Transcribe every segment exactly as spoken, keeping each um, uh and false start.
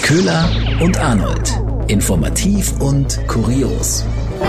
Köhler und Arnold. Informativ und kurios.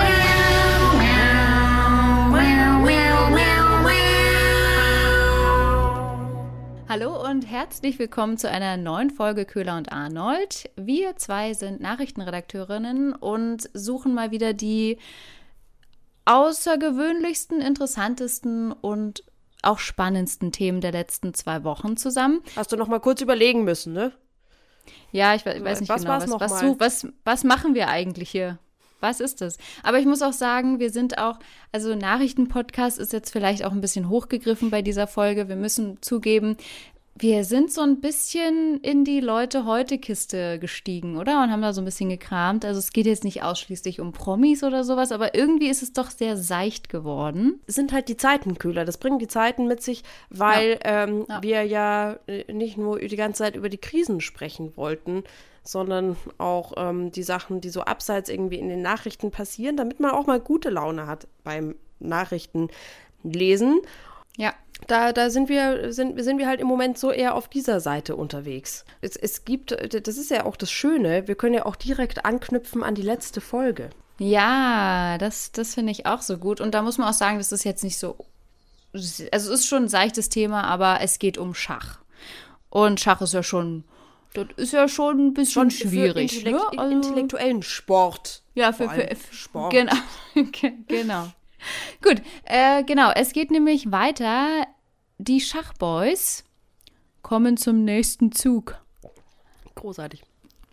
Hallo und herzlich willkommen zu einer neuen Folge Köhler und Arnold. Wir zwei sind Nachrichtenredakteurinnen und suchen mal wieder die außergewöhnlichsten, interessantesten und auch spannendsten Themen der letzten zwei Wochen zusammen. Hast du noch mal kurz überlegen müssen, ne? Ja, ich weiß nicht was genau, was, was, was, was, was machen wir eigentlich hier? Was ist das? Aber ich muss auch sagen, wir sind auch, also Nachrichtenpodcast ist jetzt vielleicht auch ein bisschen hochgegriffen bei dieser Folge. Wir müssen zugeben, wir sind so ein bisschen in die Leute-heute-Kiste gestiegen, oder? Und haben da so ein bisschen gekramt. Also es geht jetzt nicht ausschließlich um Promis oder sowas, aber irgendwie ist es doch sehr seicht geworden. Es sind halt die Zeiten, Köhler. Das bringen die Zeiten mit sich, weil ja. Ähm, ja. wir ja nicht nur die ganze Zeit über die Krisen sprechen wollten, sondern auch ähm, die Sachen, die so abseits irgendwie in den Nachrichten passieren, damit man auch mal gute Laune hat beim Nachrichtenlesen. Ja. Da, da sind wir, sind, sind wir halt im Moment so eher auf dieser Seite unterwegs. Es, es gibt, das ist ja auch das Schöne, wir können ja auch direkt anknüpfen an die letzte Folge. Ja, das, das finde ich auch so gut. Und da muss man auch sagen, das ist jetzt nicht so, also es ist schon ein seichtes Thema, aber es geht um Schach. Und Schach ist ja schon, das ist ja schon ein bisschen schon schwierig. Für Intellekt, ne? Also, intellektuellen Sport. Ja, für, für, für Sport. Genau, genau. Gut, äh, genau, es geht nämlich weiter. Die Schachboys kommen zum nächsten Zug. Großartig.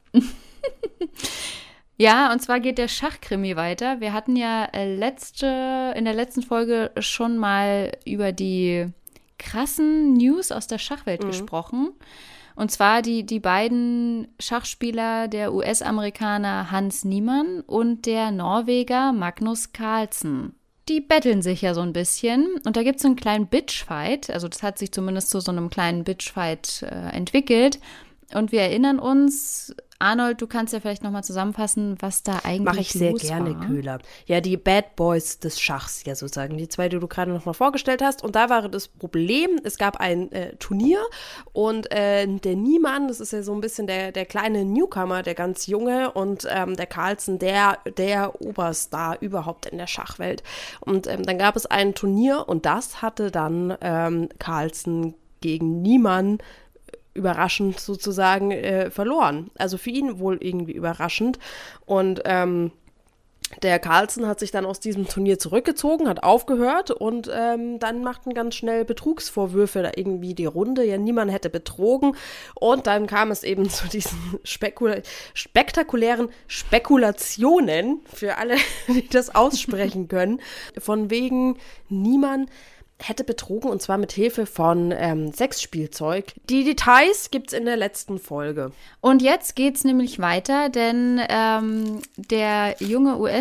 Ja, und zwar geht der Schachkrimi weiter. Wir hatten ja äh, letzte, in der letzten Folge schon mal über die krassen News aus der Schachwelt mhm. gesprochen. Und zwar die, die beiden Schachspieler, der U S-Amerikaner Hans Niemann und der Norweger Magnus Carlsen. Die betteln sich ja so ein bisschen und da gibt es so einen kleinen Bitchfight, also das hat sich zumindest zu so einem kleinen Bitchfight äh, entwickelt und wir erinnern uns, Arnold, du kannst ja vielleicht nochmal zusammenfassen, was da eigentlich Mach ich sehr los gerne, war. Köhler. Ja, die Bad Boys des Schachs, ja sozusagen, die zwei, die du gerade nochmal vorgestellt hast. Und da war das Problem, es gab ein äh, Turnier und äh, der Niemann, das ist ja so ein bisschen der, der kleine Newcomer, der ganz junge und ähm, der Carlsen, der, der Oberstar überhaupt in der Schachwelt. Und ähm, dann gab es ein Turnier und das hatte dann ähm, Carlsen gegen Niemann überraschend sozusagen äh, verloren. Also für ihn wohl irgendwie überraschend. Und ähm, der Carlsen hat sich dann aus diesem Turnier zurückgezogen, hat aufgehört und ähm, dann machten ganz schnell Betrugsvorwürfe da irgendwie die Runde. Ja, niemand hätte betrogen. Und dann kam es eben zu diesen spekula- spektakulären Spekulationen für alle, die das aussprechen können. Von wegen niemand hätte betrogen und zwar mit Hilfe von ähm, Sexspielzeug. Die Details gibt's in der letzten Folge. Und jetzt geht's nämlich weiter, denn ähm, der junge U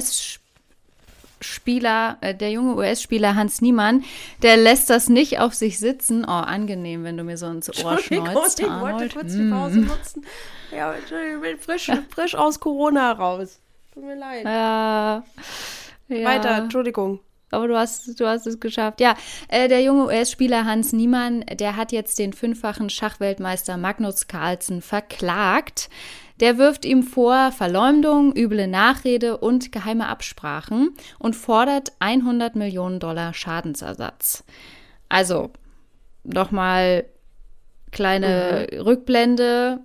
S-Spieler, äh, der junge U S-Spieler Hans Niemann, der lässt das nicht auf sich sitzen. Oh, angenehm, wenn du mir so ins Ohr schneuzt, ich Arnold. wollte kurz die Pause mm. nutzen. Ja, ich bin frisch, frisch aus Corona raus. Tut mir leid. Ja, ja. Weiter, Entschuldigung. Aber du hast, du hast es geschafft. Ja, äh, der junge U S-Spieler Hans Niemann, der hat jetzt den fünffachen Schachweltmeister Magnus Carlsen verklagt. Der wirft ihm vor Verleumdung, üble Nachrede und geheime Absprachen und fordert hundert Millionen Dollar Schadensersatz. Also, nochmal kleine mhm. Rückblende.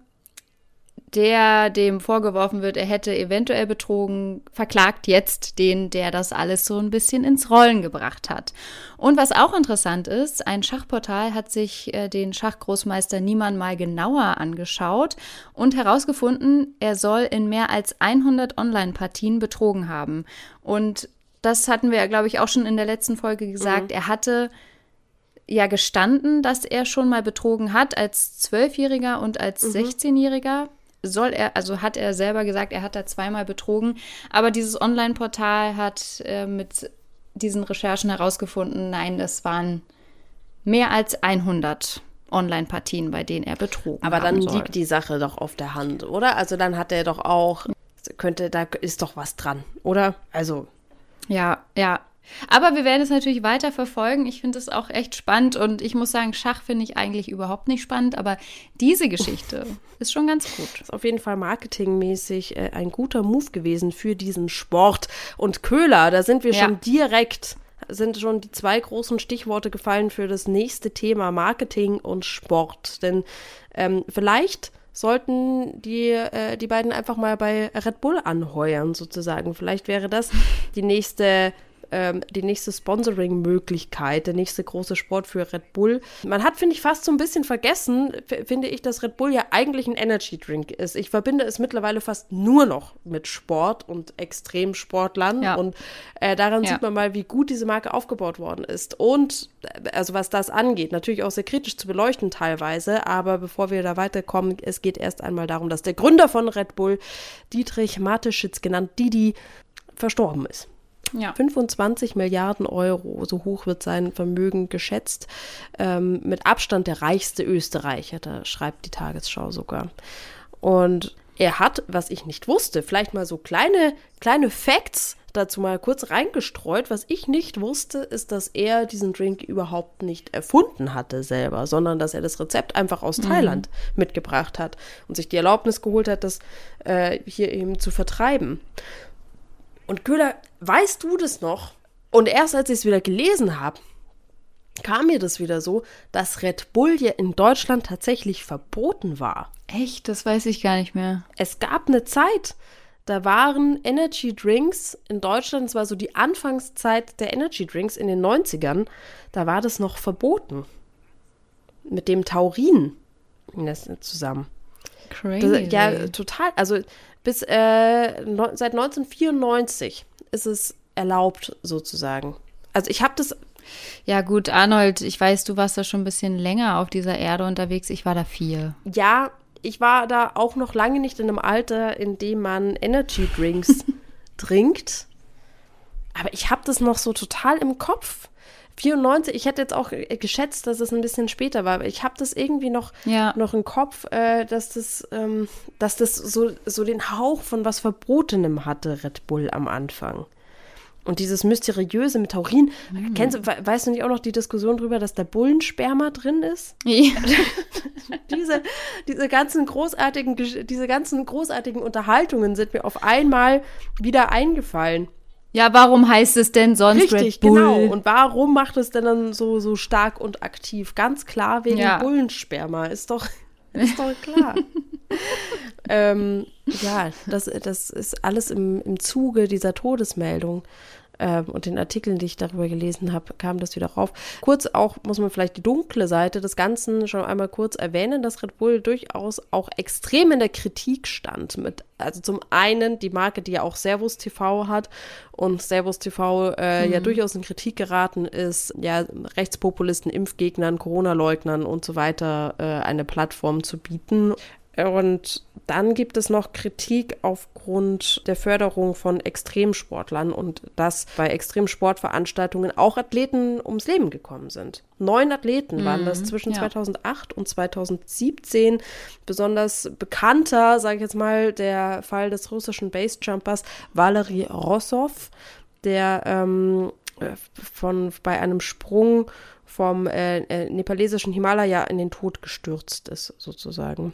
Der, dem vorgeworfen wird, er hätte eventuell betrogen, verklagt jetzt den, der das alles so ein bisschen ins Rollen gebracht hat. Und was auch interessant ist, ein Schachportal hat sich äh, den Schachgroßmeister Niemann mal genauer angeschaut und herausgefunden, er soll in mehr als hundert Online-Partien betrogen haben. Und das hatten wir ja, glaube ich, auch schon in der letzten Folge gesagt. Mhm. Er hatte ja gestanden, dass er schon mal betrogen hat als Zwölfjähriger und als mhm. sechzehnjähriger. Soll er, also hat er selber gesagt, er hat da zweimal betrogen. Aber dieses Online-Portal hat äh, mit diesen Recherchen herausgefunden, nein, das waren mehr als hundert Online-Partien, bei denen er betrogen hat. Aber dann liegt die Sache doch auf der Hand, oder? Also dann hat er doch auch, könnte, da ist doch was dran, oder? Also. Ja, ja. Aber wir werden es natürlich weiter verfolgen. Ich finde es auch echt spannend und ich muss sagen, Schach finde ich eigentlich überhaupt nicht spannend, aber diese Geschichte ist schon ganz gut. Das ist auf jeden Fall marketingmäßig äh, ein guter Move gewesen für diesen Sport. Und Köhler, da sind wir ja. schon direkt, sind schon die zwei großen Stichworte gefallen für das nächste Thema Marketing und Sport. Denn ähm, vielleicht sollten die, äh, die beiden einfach mal bei Red Bull anheuern, sozusagen. Vielleicht wäre das die nächste ähm, die nächste Sponsoring-Möglichkeit, der nächste große Sport für Red Bull. Man hat, finde ich, fast so ein bisschen vergessen, f- finde ich, dass Red Bull ja eigentlich ein Energy-Drink ist. Ich verbinde es mittlerweile fast nur noch mit Sport und Extremsportlern. Ja. Und äh, daran Ja. sieht man mal, wie gut diese Marke aufgebaut worden ist. Und, äh, also was das angeht, natürlich auch sehr kritisch zu beleuchten teilweise, aber bevor wir da weiterkommen, es geht erst einmal darum, dass der Gründer von Red Bull, Dietrich Mateschitz, genannt Didi, verstorben ist. Ja. fünfundzwanzig Milliarden Euro, so hoch wird sein Vermögen geschätzt. Ähm, mit Abstand der reichste Österreicher, da schreibt die Tagesschau sogar. Und er hat, was ich nicht wusste, vielleicht mal so kleine, kleine Facts dazu mal kurz reingestreut. Was ich nicht wusste, ist, dass er diesen Drink überhaupt nicht erfunden hatte selber, sondern dass er das Rezept einfach aus Thailand mhm. mitgebracht hat und sich die Erlaubnis geholt hat, das äh, hier eben zu vertreiben. Und Köhler, weißt du das noch? Und erst als ich es wieder gelesen habe, kam mir das wieder so, dass Red Bull ja in Deutschland tatsächlich verboten war. Echt? Das weiß ich gar nicht mehr. Es gab eine Zeit, da waren Energy Drinks in Deutschland, es war so die Anfangszeit der Energy Drinks in den neunzigern, da war das noch verboten. Mit dem Taurin das zusammen. Crazy. Das, ja, total. Also bis äh, no, seit neunzehnhundertvierundneunzig ist es erlaubt sozusagen. Also ich habe das. Ja gut, Arnold, ich weiß, du warst da schon ein bisschen länger auf dieser Erde unterwegs. Ich war da vier. Ja, ich war da auch noch lange nicht in einem Alter, in dem man Energy Drinks trinkt. Aber ich habe das noch so total im Kopf. vierundneunzig, ich hätte jetzt auch geschätzt, dass es ein bisschen später war, aber ich habe das irgendwie noch, ja. noch im Kopf, äh, dass das, ähm, dass das so, so den Hauch von was Verbotenem hatte, Red Bull am Anfang. Und dieses Mysteriöse mit Taurin, mhm. kennst du, we- weißt du nicht auch noch die Diskussion darüber, dass da Bullensperma drin ist? Ja. diese, diese ganzen großartigen, diese ganzen großartigen Unterhaltungen sind mir auf einmal wieder eingefallen. Ja, warum heißt es denn sonst Richtig, Red Bull? genau. Und warum macht es denn dann so, so stark und aktiv? Ganz klar wegen ja. Bullensperma. Ist doch, ist doch klar. ähm, ja, das, das ist alles im, im Zuge dieser Todesmeldung ähm, und den Artikeln, die ich darüber gelesen habe, kam das wieder rauf. Kurz auch, muss man vielleicht die dunkle Seite des Ganzen schon einmal kurz erwähnen, dass Red Bull durchaus auch extrem in der Kritik stand. Mit, also zum einen die Marke, die ja auch Servus T V hat und Servus T V äh, mhm. ja durchaus in Kritik geraten ist, ja Rechtspopulisten, Impfgegnern, Corona-Leugnern und so weiter äh, eine Plattform zu bieten. Und dann gibt es noch Kritik aufgrund der Förderung von Extremsportlern und dass bei Extremsportveranstaltungen auch Athleten ums Leben gekommen sind. Neun Athleten waren das zwischen ja. zweitausendacht und zweitausendsiebzehn. Besonders bekannter, sage ich jetzt mal, der Fall des russischen Basejumpers Valery Rossow, der ähm, von, bei einem Sprung vom äh, äh, nepalesischen Himalaya in den Tod gestürzt ist, sozusagen.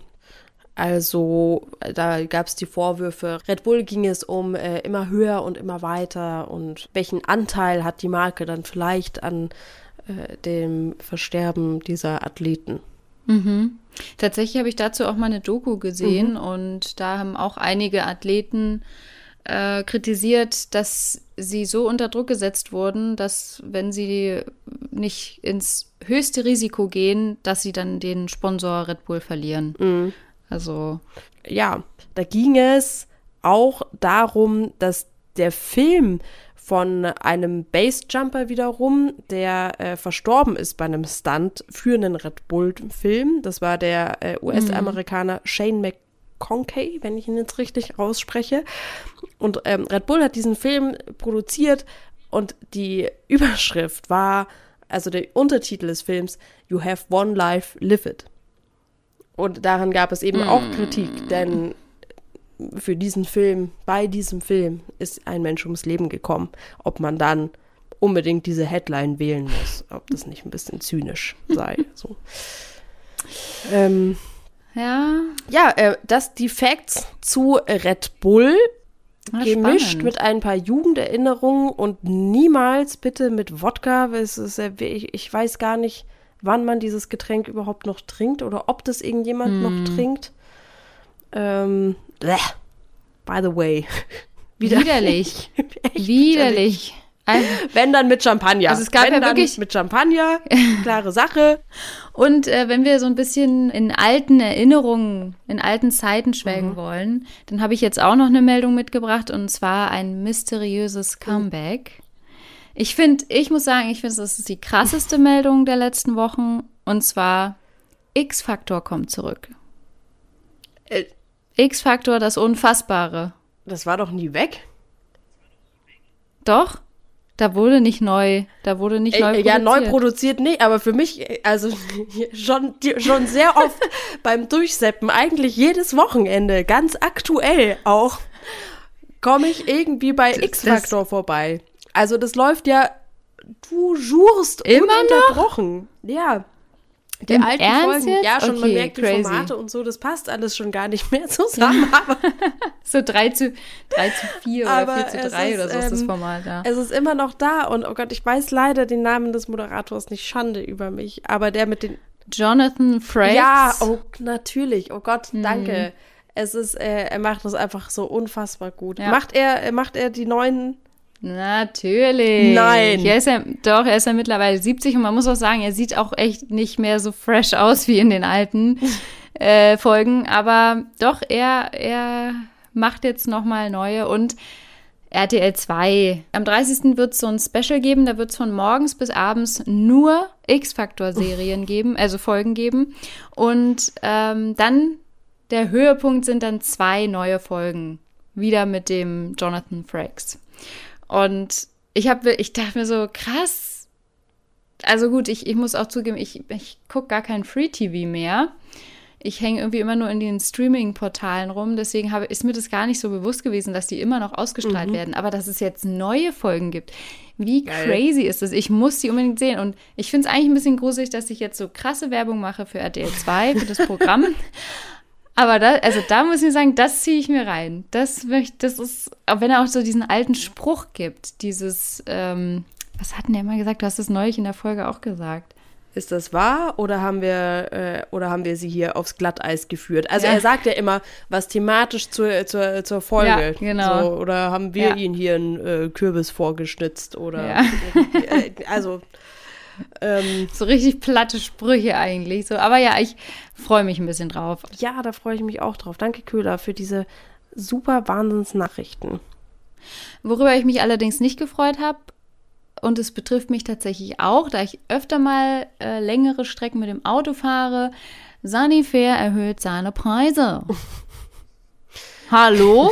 Also da gab es die Vorwürfe, Red Bull ging es um äh, immer höher und immer weiter und welchen Anteil hat die Marke dann vielleicht an äh, dem Versterben dieser Athleten? Mhm. Tatsächlich habe ich dazu auch mal eine Doku gesehen Mhm. und da haben auch einige Athleten äh, kritisiert, dass sie so unter Druck gesetzt wurden, dass wenn sie nicht ins höchste Risiko gehen, dass sie dann den Sponsor Red Bull verlieren. Mhm. Also ja, da ging es auch darum, dass der Film von einem Basejumper wiederum, der äh, verstorben ist bei einem Stunt für einen Red Bull-Film. Das war der äh, U S-Amerikaner Shane McConkey, wenn ich ihn jetzt richtig ausspreche. Und ähm, Red Bull hat diesen Film produziert und die Überschrift war, also der Untertitel des Films, You have one life, live it. Und daran gab es eben auch Kritik, denn für diesen Film, bei diesem Film ist ein Mensch ums Leben gekommen. Ob man dann unbedingt diese Headline wählen muss. Ob das nicht ein bisschen zynisch sei. So. Ähm, Ja. ja, äh, das die Facts zu Red Bull. Ah, Gemischt spannend. mit ein paar Jugenderinnerungen und niemals bitte mit Wodka. Es ist, äh, ich, ich weiß gar nicht, wann man dieses Getränk überhaupt noch trinkt oder ob das irgendjemand Hm. noch trinkt. Ähm, bleh. By the way. Wieder- Widerlich. Echt Widerlich. Ein- Wenn dann mit Champagner. Also es gab Wenn ja dann wirklich- mit Champagner, klare Sache. Und äh, wenn wir so ein bisschen in alten Erinnerungen, in alten Zeiten schwelgen wollen, dann habe ich jetzt auch noch eine Meldung mitgebracht und zwar ein mysteriöses Comeback. Ich finde, ich muss sagen, ich finde, das ist die krasseste Meldung der letzten Wochen und zwar X-Factor kommt zurück. Äh, X-Factor, das Unfassbare. das war doch nie weg. Doch, da wurde nicht neu, da wurde nicht neu Äh, produziert. ja, neu produziert nicht, aber für mich, äh, also schon, die- schon sehr oft beim Durchseppen, eigentlich jedes Wochenende, ganz aktuell auch, komme ich irgendwie bei Das- X-Factor vorbei. Also das läuft ja, du jurst Immer noch? ununterbrochen. Ja. Die Im alten Ernst Folgen, jetzt? ja, schon, man Okay, merkt die crazy. Formate und so, das passt alles schon gar nicht mehr zusammen, aber So drei zu vier Aber oder vier zu es drei ist, oder so ist das ähm, Format, ja. es ist immer noch da und oh Gott, ich weiß leider den Namen des Moderators nicht, Schande über mich, aber der mit den Jonathan Frakes. Ja, oh, natürlich. Oh Gott, Mhm. danke. Es ist, äh, er macht das einfach so unfassbar gut. Ja. Macht er, macht er die neuen? Natürlich. Nein. Er ist ja, doch, er ist ja mittlerweile siebzig und man muss auch sagen, er sieht auch echt nicht mehr so fresh aus wie in den alten äh, Folgen. Aber doch, er, er macht jetzt nochmal neue und R T L zwei. Am dreißigsten wird es so ein Special geben, da wird es von morgens bis abends nur X-Factor-Serien geben, also Folgen geben. Und ähm, dann, der Höhepunkt sind dann zwei neue Folgen. Wieder mit dem Jonathan Frakes. Und ich habe, ich dachte mir so, krass. Also gut, ich, ich muss auch zugeben, ich, ich gucke gar kein Free-T V mehr. Ich hänge irgendwie immer nur in den Streaming-Portalen rum. Deswegen habe, ist mir das gar nicht so bewusst gewesen, dass die immer noch ausgestrahlt werden. Aber dass es jetzt neue Folgen gibt. Wie Geil. crazy ist das? Ich muss die unbedingt sehen. Und ich finde es eigentlich ein bisschen gruselig, dass ich jetzt so krasse Werbung mache für R T L zwei, für das Programm. Aber da, also da muss ich sagen, das ziehe ich mir rein. Das möchte, das ist, auch wenn er auch so diesen alten Spruch gibt, dieses, ähm, was hat denn der mal gesagt? Du hast es neulich in der Folge auch gesagt. Ist das wahr oder haben wir äh, oder haben wir sie hier aufs Glatteis geführt? Also Ja. er sagt ja immer was thematisch zur, zur, zur Folge. Ja, genau. So, oder haben wir Ja. ihn hier einen äh, Kürbis vorgeschnitzt oder Ja. irgendwie, äh, also ähm, So richtig platte Sprüche eigentlich. So, aber ja, ich freue mich ein bisschen drauf. ja, da freue ich mich auch drauf. Danke Köhler für diese super Wahnsinnsnachrichten. Worüber ich mich allerdings nicht gefreut habe, und es betrifft mich tatsächlich auch, da ich öfter mal äh, längere Strecken mit dem Auto fahre, Sanifair erhöht seine Preise. Hallo?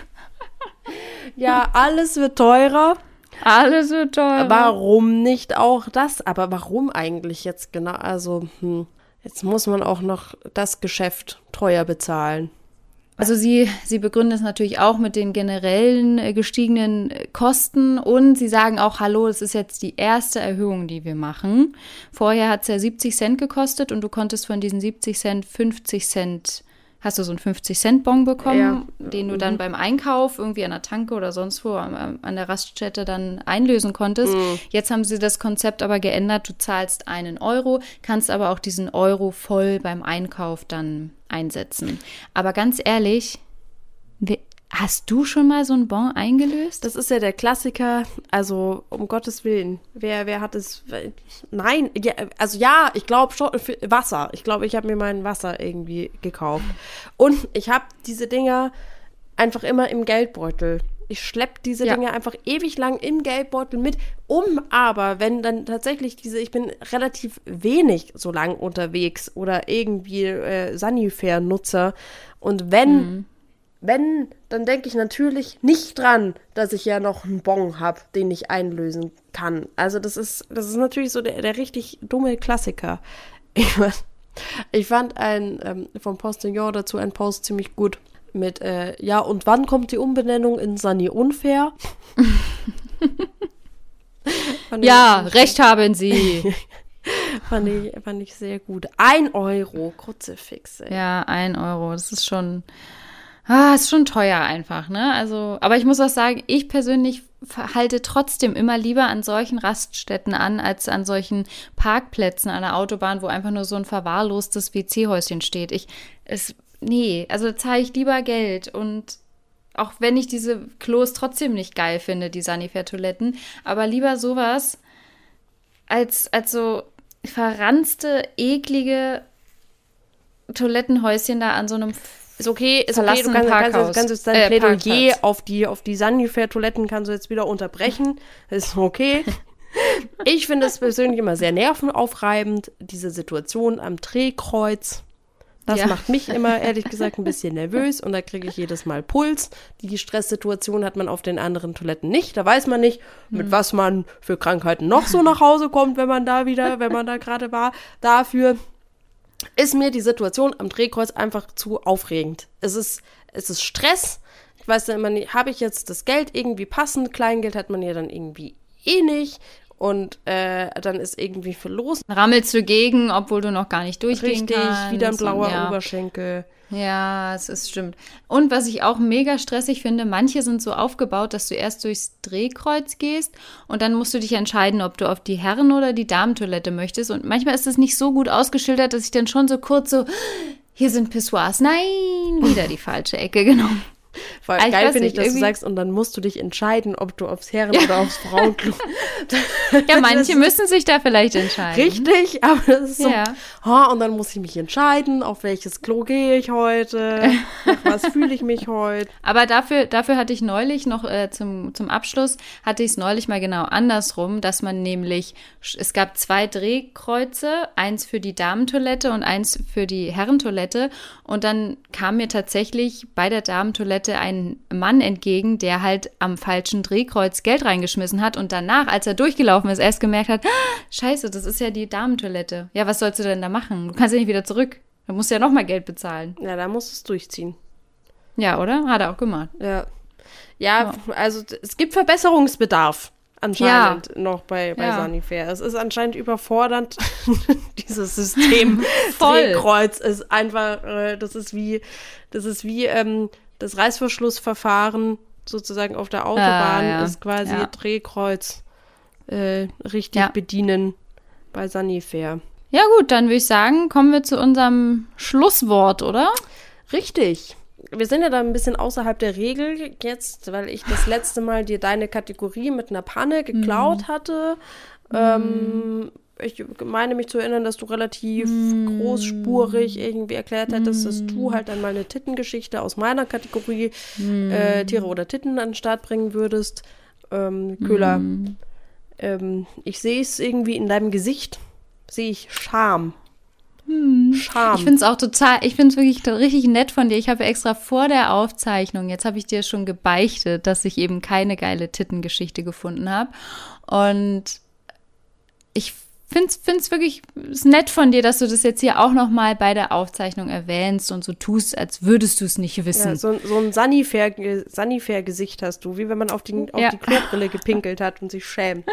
Ja, alles wird teurer. Alles wird teurer. Warum nicht auch das? Aber warum eigentlich jetzt genau? Also, hm, jetzt muss man auch noch das Geschäft teuer bezahlen. Also sie, sie begründen es natürlich auch mit den generellen äh, gestiegenen äh, Kosten und sie sagen auch, hallo, es ist jetzt die erste Erhöhung, die wir machen. Vorher hat es ja siebzig Cent gekostet und du konntest von diesen siebzig Cent fünfzig Cent, hast du so einen fünfzig Cent Bon bekommen, Ja. den du dann beim Einkauf irgendwie an der Tanke oder sonst wo an, an der Raststätte dann einlösen konntest. Mhm. Jetzt haben sie das Konzept aber geändert, du zahlst einen Euro, kannst aber auch diesen Euro voll beim Einkauf dann einsetzen. Aber ganz ehrlich, we- hast du schon mal so einen Bon eingelöst? Das ist ja der Klassiker, also um Gottes Willen, wer, wer hat es, nein, ja, also ja, ich glaube schon, für Wasser, ich glaube, ich habe mir mein Wasser irgendwie gekauft und ich habe diese Dinger einfach immer im Geldbeutel. Ich schleppe diese Ja. Dinger einfach ewig lang im Geldbeutel mit, um aber, wenn dann tatsächlich diese, ich bin relativ wenig so lang unterwegs oder irgendwie äh, Sanifair-Nutzer und wenn Mhm. Wenn, dann denke ich natürlich nicht dran, dass ich ja noch einen Bon habe, den ich einlösen kann. Also das ist, das ist natürlich so der, der richtig dumme Klassiker. Ich, fand- ich fand ein ähm, vom Postillon dazu einen Post ziemlich gut mit, äh, ja, und wann kommt die Umbenennung in Sani Unfair? Fand Ja, ich, recht haben Sie. fand, ich, fand ich sehr gut. Ein Euro, Kruzifix. Ey. Ja, ein Euro. Das ist schon, ah, ist schon teuer einfach, ne? Also, aber ich muss auch sagen, ich persönlich halte trotzdem immer lieber an solchen Raststätten an, als an solchen Parkplätzen an der Autobahn, wo einfach nur so ein verwahrlostes W C-Häuschen steht. Ich, es, nee, also zahle ich lieber Geld und auch wenn ich diese Klos trotzdem nicht geil finde, die Sanifair-Toiletten, aber lieber sowas als, als so verranzte, eklige Toilettenhäuschen da an so einem Ist okay, ist okay, du verlassenen kannst, kannst, Parkhaus. kannst jetzt dein Äh, Plädoyer Parkplatz. auf die, auf die Sanifair-Toiletten kannst du jetzt wieder unterbrechen. Das ist okay. Ich finde es persönlich immer sehr nervenaufreibend, diese Situation am Drehkreuz. Das Ja. macht mich immer, ehrlich gesagt, ein bisschen nervös und da kriege ich jedes Mal Puls. Die Stresssituation hat man auf den anderen Toiletten nicht. Da weiß man nicht, mit Hm. was man für Krankheiten noch so nach Hause kommt, wenn man da wieder, wenn man da gerade war. Dafür ist mir die Situation am Drehkreuz einfach zu aufregend. Es ist, es ist Stress. Ich weiß dann immer nicht, habe ich jetzt das Geld irgendwie passend? Kleingeld hat man ja dann irgendwie eh nicht. Und äh, dann ist irgendwie viel los. Rammelst du gegen, obwohl du noch gar nicht durchgehen Richtig, kannst. wieder ein blauer und ja. Oberschenkel. Ja, es ist stimmt. Und was ich auch mega stressig finde, manche sind so aufgebaut, dass du erst durchs Drehkreuz gehst und dann musst du dich entscheiden, ob du auf die Herren- oder die Damentoilette möchtest. Und manchmal ist es nicht so gut ausgeschildert, dass ich dann schon so kurz so, hier sind Pissoirs. Nein, wieder die falsche Ecke genommen. Voll Ah, ich geil weiß finde ich, nicht, dass du irgendwie- sagst, und dann musst du dich entscheiden, ob du aufs Herren- oder aufs Frauenklo. Ja, manche Das ist müssen sich da vielleicht entscheiden. Richtig, aber das ist so, Ja. oh, und dann muss ich mich entscheiden, auf welches Klo gehe ich heute, nach was fühle ich mich heute. Aber dafür, dafür hatte ich neulich noch äh, zum, zum Abschluss, hatte ich es neulich mal genau andersrum, dass man nämlich, es gab zwei Drehkreuze, eins für die Damentoilette und eins für die Herrentoilette. Und dann kam mir tatsächlich bei der Damentoilette ein Mann entgegen, der halt am falschen Drehkreuz Geld reingeschmissen hat und danach, als er durchgelaufen ist, erst gemerkt hat, ah, scheiße, das ist ja die Damentoilette. Ja, was sollst du denn da machen? Du kannst ja nicht wieder zurück. Da musst du ja nochmal Geld bezahlen. Ja, da musst du es durchziehen. Ja, oder? Hat er auch gemacht. Ja. Ja, also d- es gibt Verbesserungsbedarf anscheinend noch bei, bei Ja. Sanifair. Es ist anscheinend überfordernd, dieses System. Voll. Drehkreuz ist einfach, äh, das ist wie, das ist wie ähm, das Reißverschlussverfahren sozusagen auf der Autobahn Ah, ja. ist quasi Ja. Drehkreuz äh, richtig Ja. bedienen bei Sanifair. Ja gut, dann würde ich sagen, kommen wir zu unserem Schlusswort, oder? Richtig. Wir sind ja da ein bisschen außerhalb der Regel jetzt, weil ich das letzte Mal dir deine Kategorie mit einer Panne geklaut hatte. Ähm, ich meine mich zu erinnern, dass du relativ großspurig irgendwie erklärt hattest, dass du halt dann mal eine Tittengeschichte aus meiner Kategorie äh, Tiere oder Titten an den Start bringen würdest. Ähm, Köhler, ähm, ich sehe es irgendwie in deinem Gesicht, sehe ich Scham. Scham. Ich finde es auch total, ich finde es wirklich richtig nett von dir. Ich habe extra vor der Aufzeichnung, jetzt habe ich dir schon gebeichtet, dass ich eben keine geile Tittengeschichte gefunden habe. Und ich finde es wirklich ist nett von dir, dass du das jetzt hier auch noch mal bei der Aufzeichnung erwähnst und so tust, als würdest du es nicht wissen. Ja, so, so ein Sanifair- Sanifair-Gesicht hast du, wie wenn man auf die, auf Ja. die Klobrille gepinkelt hat und sich schämt.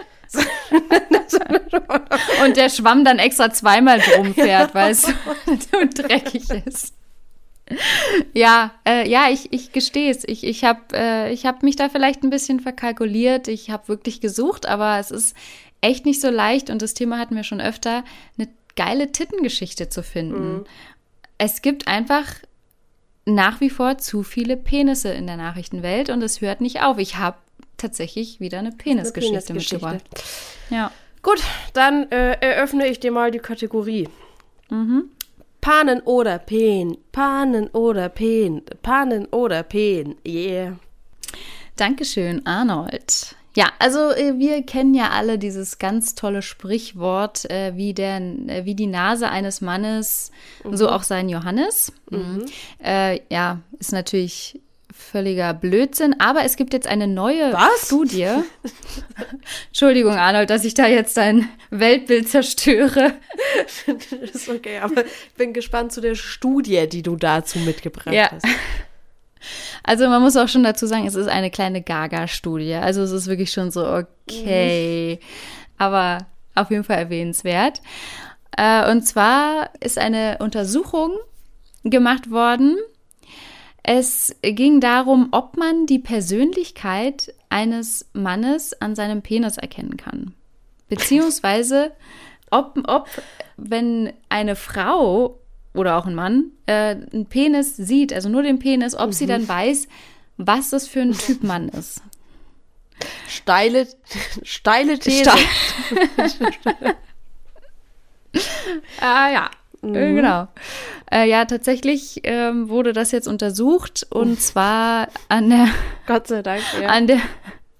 Und der Schwamm dann extra zweimal drum fährt, weil es so dreckig ist. Ja, äh, ja, ich, ich gestehe es. Ich, ich habe äh, ich hab mich da vielleicht ein bisschen verkalkuliert. Ich habe wirklich gesucht, aber es ist echt nicht so leicht. Und das Thema hatten wir schon öfter, eine geile Tittengeschichte zu finden. Mhm. Es gibt einfach nach wie vor zu viele Penisse in der Nachrichtenwelt und es hört nicht auf. Ich habe tatsächlich wieder eine Penisgeschichte Penisgeschichte. mitgebracht. Ja. Gut, dann äh, eröffne ich dir mal die Kategorie. Panen oder Pen, Panen oder Pen, Panen oder Pen, yeah. Dankeschön, Arnold. Ja, also äh, wir kennen ja alle dieses ganz tolle Sprichwort, äh, wie, der, äh, wie die Nase eines Mannes, so auch sein Johannes. Mhm. Äh, ja, ist natürlich völliger Blödsinn, aber es gibt jetzt eine neue Was? Studie. Entschuldigung, Arnold, dass ich da jetzt dein Weltbild zerstöre. Das ist okay, aber ich bin gespannt zu der Studie, die du dazu mitgebracht Ja. hast. Also man muss auch schon dazu sagen, es ist eine kleine Gaga-Studie. Also es ist wirklich schon so, okay. aber auf jeden Fall erwähnenswert. Äh, und zwar ist eine Untersuchung gemacht worden. Es ging darum, ob man die Persönlichkeit eines Mannes an seinem Penis erkennen kann. Beziehungsweise, ob, ob wenn eine Frau oder auch ein Mann äh, einen Penis sieht, also nur den Penis, ob mhm. sie dann weiß, was das für ein Typ Mann ist. Steile, steile These. Steil. ah ja, mhm. äh, genau. Äh, ja, tatsächlich ähm, wurde das jetzt untersucht und Uff. zwar an der Gott sei Dank, ja. an der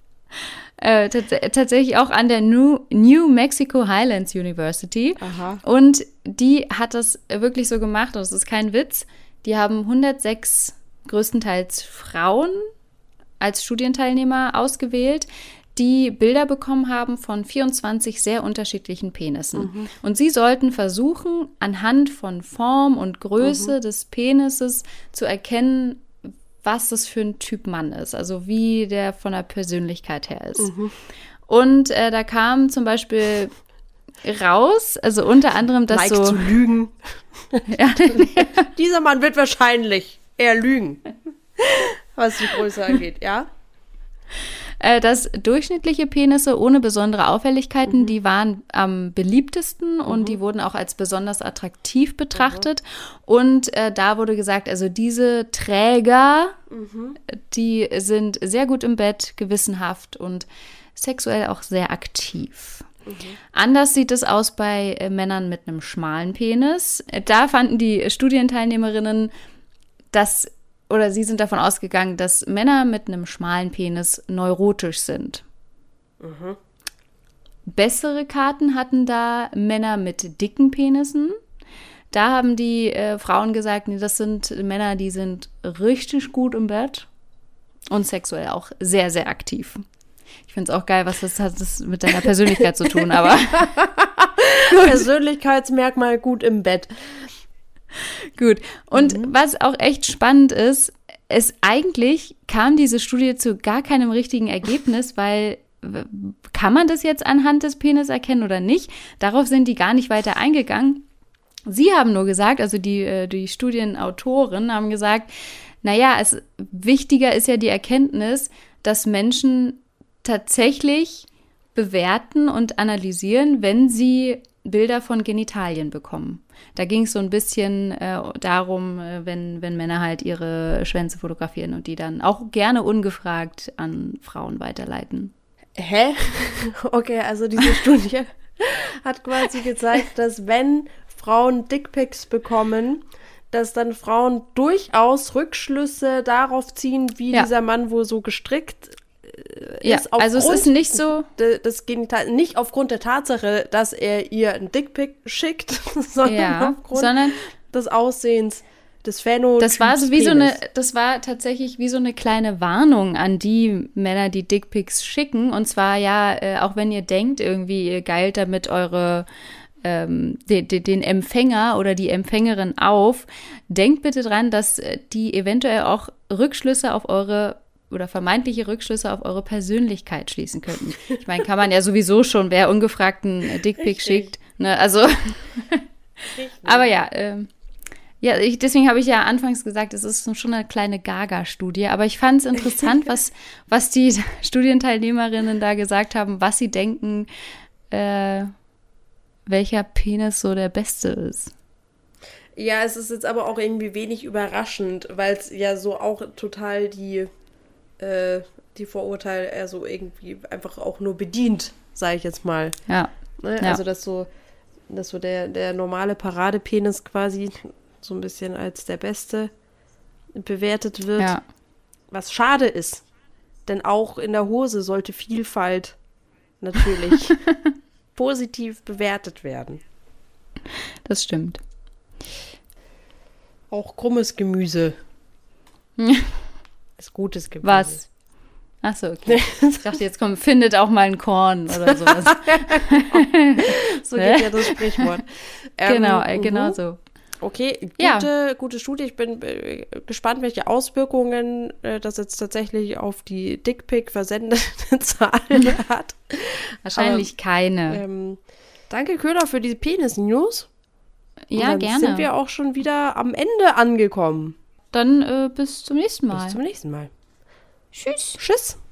äh, tats- tatsächlich auch an der New, New Mexico Highlands University. Aha. Und die hat das wirklich so gemacht, und das ist kein Witz. Die haben hundertsechs größtenteils Frauen als Studienteilnehmer ausgewählt, die Bilder bekommen haben von vierundzwanzig sehr unterschiedlichen Penissen. Mhm. Und sie sollten versuchen, anhand von Form und Größe mhm. des Penises zu erkennen, was das für ein Typ Mann ist, also wie der von der Persönlichkeit her ist. Mhm. Und äh, da kam zum Beispiel raus, also unter anderem, dass like so... zu lügen. Ja. Dieser Mann wird wahrscheinlich eher lügen, was die Größe angeht, ja? Dass durchschnittliche Penisse ohne besondere Auffälligkeiten, mhm. die waren am beliebtesten mhm. und die wurden auch als besonders attraktiv betrachtet. Mhm. Und äh, da wurde gesagt, also diese Träger, mhm. die sind sehr gut im Bett, gewissenhaft und sexuell auch sehr aktiv. Mhm. Anders sieht es aus bei äh, Männern mit einem schmalen Penis. Da fanden die Studienteilnehmerinnen, dass oder sie sind davon ausgegangen, dass Männer mit einem schmalen Penis neurotisch sind. Mhm. Bessere Karten hatten da Männer mit dicken Penissen. Da haben die äh, Frauen gesagt, nee, das sind Männer, die sind richtig gut im Bett und sexuell auch sehr, sehr aktiv. Ich finde es auch geil, was das hat das mit deiner Persönlichkeit zu tun, aber Persönlichkeitsmerkmal gut im Bett. Gut. Und mhm. was auch echt spannend ist, ist eigentlich kam diese Studie zu gar keinem richtigen Ergebnis, weil kann man das jetzt anhand des Penis erkennen oder nicht? Darauf sind die gar nicht weiter eingegangen. Sie haben nur gesagt, also die, die Studienautoren haben gesagt, naja, es, wichtiger ist ja die Erkenntnis, dass Menschen tatsächlich bewerten und analysieren, wenn sie Bilder von Genitalien bekommen. Da ging es so ein bisschen äh, darum, äh, wenn, wenn Männer halt ihre Schwänze fotografieren und die dann auch gerne ungefragt an Frauen weiterleiten. Hä? Okay, also diese Studie hat quasi gezeigt, dass wenn Frauen Dickpics bekommen, dass dann Frauen durchaus Rückschlüsse darauf ziehen, wie ja. dieser Mann wohl so gestrickt ja, ist. Also es ist nicht so... Das Genital, nicht aufgrund der Tatsache, dass er ihr einen Dickpic schickt, sondern ja, aufgrund sondern des Aussehens, des Phänotyps. Das war so wie so eine, das war tatsächlich wie so eine kleine Warnung an die Männer, die Dickpics schicken. Und zwar ja, äh, auch wenn ihr denkt, irgendwie ihr geilt damit eure ähm, de, de, den Empfänger oder die Empfängerin auf, denkt bitte dran, dass die eventuell auch Rückschlüsse auf eure oder vermeintliche Rückschlüsse auf eure Persönlichkeit schließen könnten. Ich meine, kann man ja sowieso schon, wer ungefragten Dickpic schickt, ne, also aber ja, ähm, ja, ich, deswegen habe ich ja anfangs gesagt, es ist schon eine kleine Gaga-Studie, aber ich fand es interessant, was, was die Studienteilnehmerinnen da gesagt haben, was sie denken, äh, welcher Penis so der beste ist. Ja, es ist jetzt aber auch irgendwie wenig überraschend, weil es ja so auch total die äh, die Vorurteile eher so irgendwie einfach auch nur bedient, sage ich jetzt mal. Ja. Ne? ja. Also, dass so, dass so der, der normale Paradepenis quasi so ein bisschen als der Beste bewertet wird. Ja. Was schade ist. Denn auch in der Hose sollte Vielfalt natürlich positiv bewertet werden. Das stimmt. Auch krummes Gemüse ist gutes Gemüse. Was? Ach so, okay. Ich dachte, jetzt komm, findet auch mal ein Korn oder sowas. So geht ja das Sprichwort. Genau, ähm, genau uh-huh. so. Okay, gute, Ja. gute Studie. Ich bin äh, gespannt, welche Auswirkungen äh, das jetzt tatsächlich auf die Dickpick-Versendezahlen hat. Wahrscheinlich Aber, keine. Ähm, danke, Köhler, für diese Penis-News. Und Ja, dann gerne. sind wir auch schon wieder am Ende angekommen. Dann äh, bis zum nächsten Mal. Bis zum nächsten Mal. Tschüss. Tschüss.